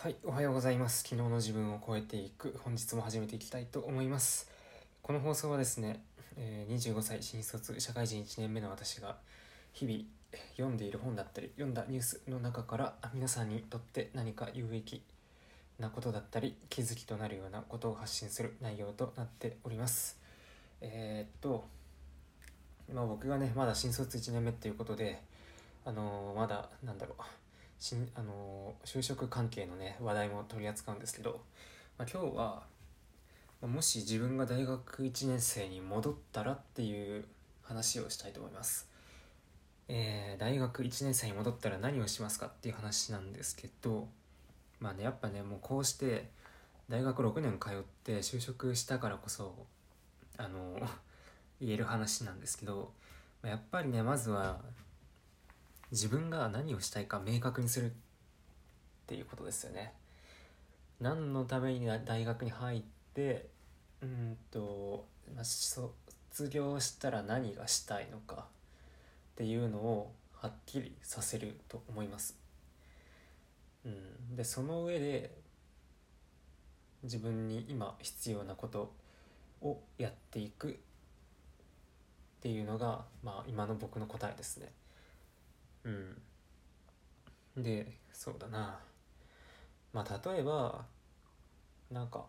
はい、おはようございます。昨日の自分を超えていく、本日も始めていきたいと思います。この放送はですね、25歳新卒社会人1年目の私が日々読んでいる本だったり、読んだニュースの中から皆さんにとって何か有益なことだったり、気づきとなるようなことを発信する内容となっております。僕がね、まだ新卒1年目っていうことで、まだ就職関係のね話題も取り扱うんですけど、今日はもし自分が大学1年生に戻ったらっていう話をしたいと思います。大学1年生に戻ったら何をしますかっていう話なんですけど、やっぱね、もうこうして大学6年通って就職したからこそ言える話なんですけど、やっぱりね、まずは自分が何をしたいか明確にするっていうことですよね。何のために大学に入って卒業したら何がしたいのかっていうのをはっきりさせると思います。でその上で自分に今必要なことをやっていくっていうのが、今の僕の答えですね。で、そうだな、例えばなんか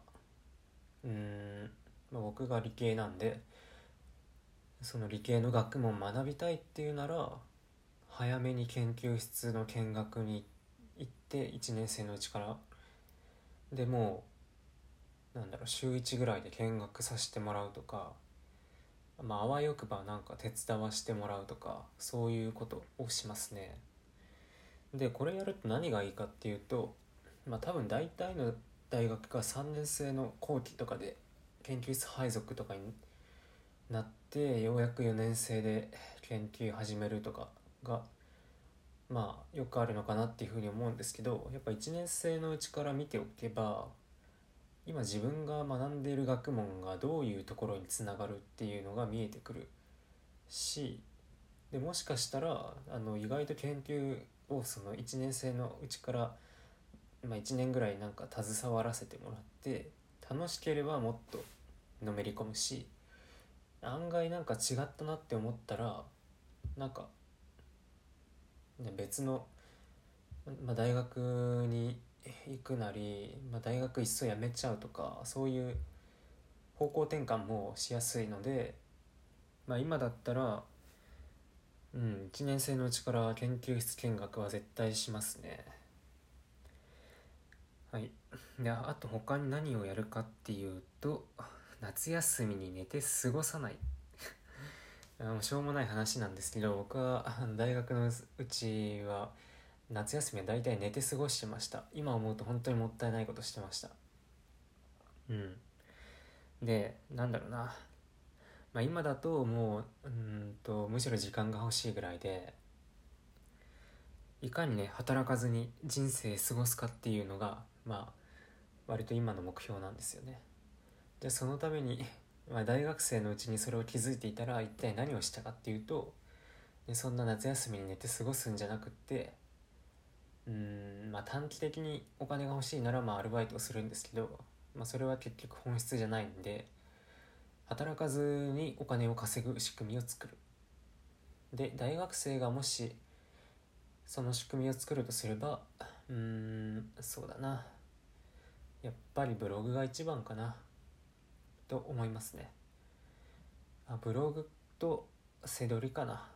僕が理系なんで、その理系の学問を学びたいっていうなら早めに研究室の見学に行って1年生のうちからでも週1ぐらいで見学させてもらうとか、あわよくば手伝わしてもらうとか、そういうことをしますね。でこれやると何がいいかっていうと、多分大体の大学が3年生の後期とかで研究室配属とかになってようやく4年生で研究始めるとかがよくあるのかなっていうふうに思うんですけど、やっぱ1年生のうちから見ておけば今自分が学んでいる学問がどういうところにつながるっていうのが見えてくるし、でもしかしたら意外と研究をその1年生のうちから、1年ぐらい携わらせてもらって楽しければもっとのめり込むし、案外違ったなって思ったら別の、大学に行くなり、大学いっそ辞めちゃうとか、そういう方向転換もしやすいので、今だったら1年生のうちから研究室見学は絶対しますね。はい。であと他に何をやるかっていうと、夏休みに寝て過ごさない。しょうもない話なんですけど、僕は大学のうちは夏休みは大体寝て過ごしてました。今思うと本当にもったいないことしてました。で今だともうむしろ時間が欲しいぐらいで、いかにね働かずに人生過ごすかっていうのが割と今の目標なんですよね。でそのために、大学生のうちにそれを気づいていたら一体何をしたかっていうと、そんな夏休みに寝て過ごすんじゃなくって、短期的にお金が欲しいならアルバイトをするんですけど、それは結局本質じゃないんで、働かずにお金を稼ぐ仕組みを作る。で大学生がもしその仕組みを作るとすれば、そうだな、やっぱりブログが一番かなと思いますね。ブログと背取りかな。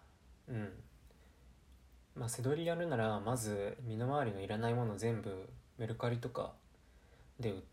背取りやるならまず身の回りのいらないもの全部メルカリとかで売って、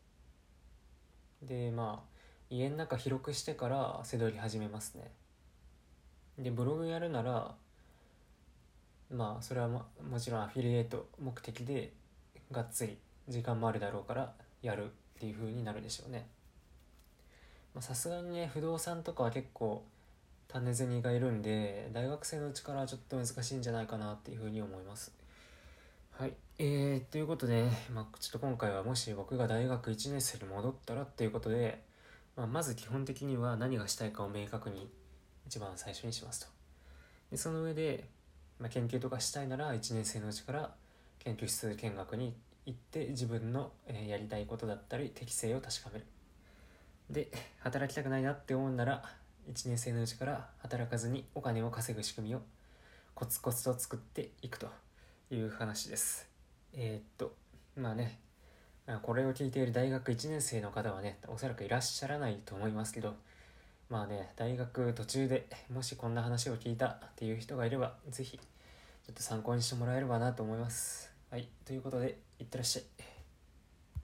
で家の中広くしてから背取り始めますね。でブログやるならそれはもちろんアフィリエイト目的でがっつり時間もあるだろうからやるっていう風になるでしょうね。さすがにね不動産とかは結構種銭がいるんで、大学生のうちからちょっと難しいんじゃないかなっていう風に思います。はい、ということで、ちょっと今回はもし僕が大学1年生に戻ったらっていうことで、まず基本的には何がしたいかを明確に一番最初にしますと。でその上で、研究とかしたいなら1年生のうちから研究室見学に行って自分のやりたいことだったり適性を確かめる。で働きたくないなって思うなら1年生のうちから働かずにお金を稼ぐ仕組みをコツコツと作っていくという話です。まあね、これを聞いている大学1年生の方はねおそらくいらっしゃらないと思いますけど、まあね大学途中でもしこんな話を聞いたっていう人がいればぜひちょっと参考にしてもらえればなと思います。はい、ということでいってらっしゃい。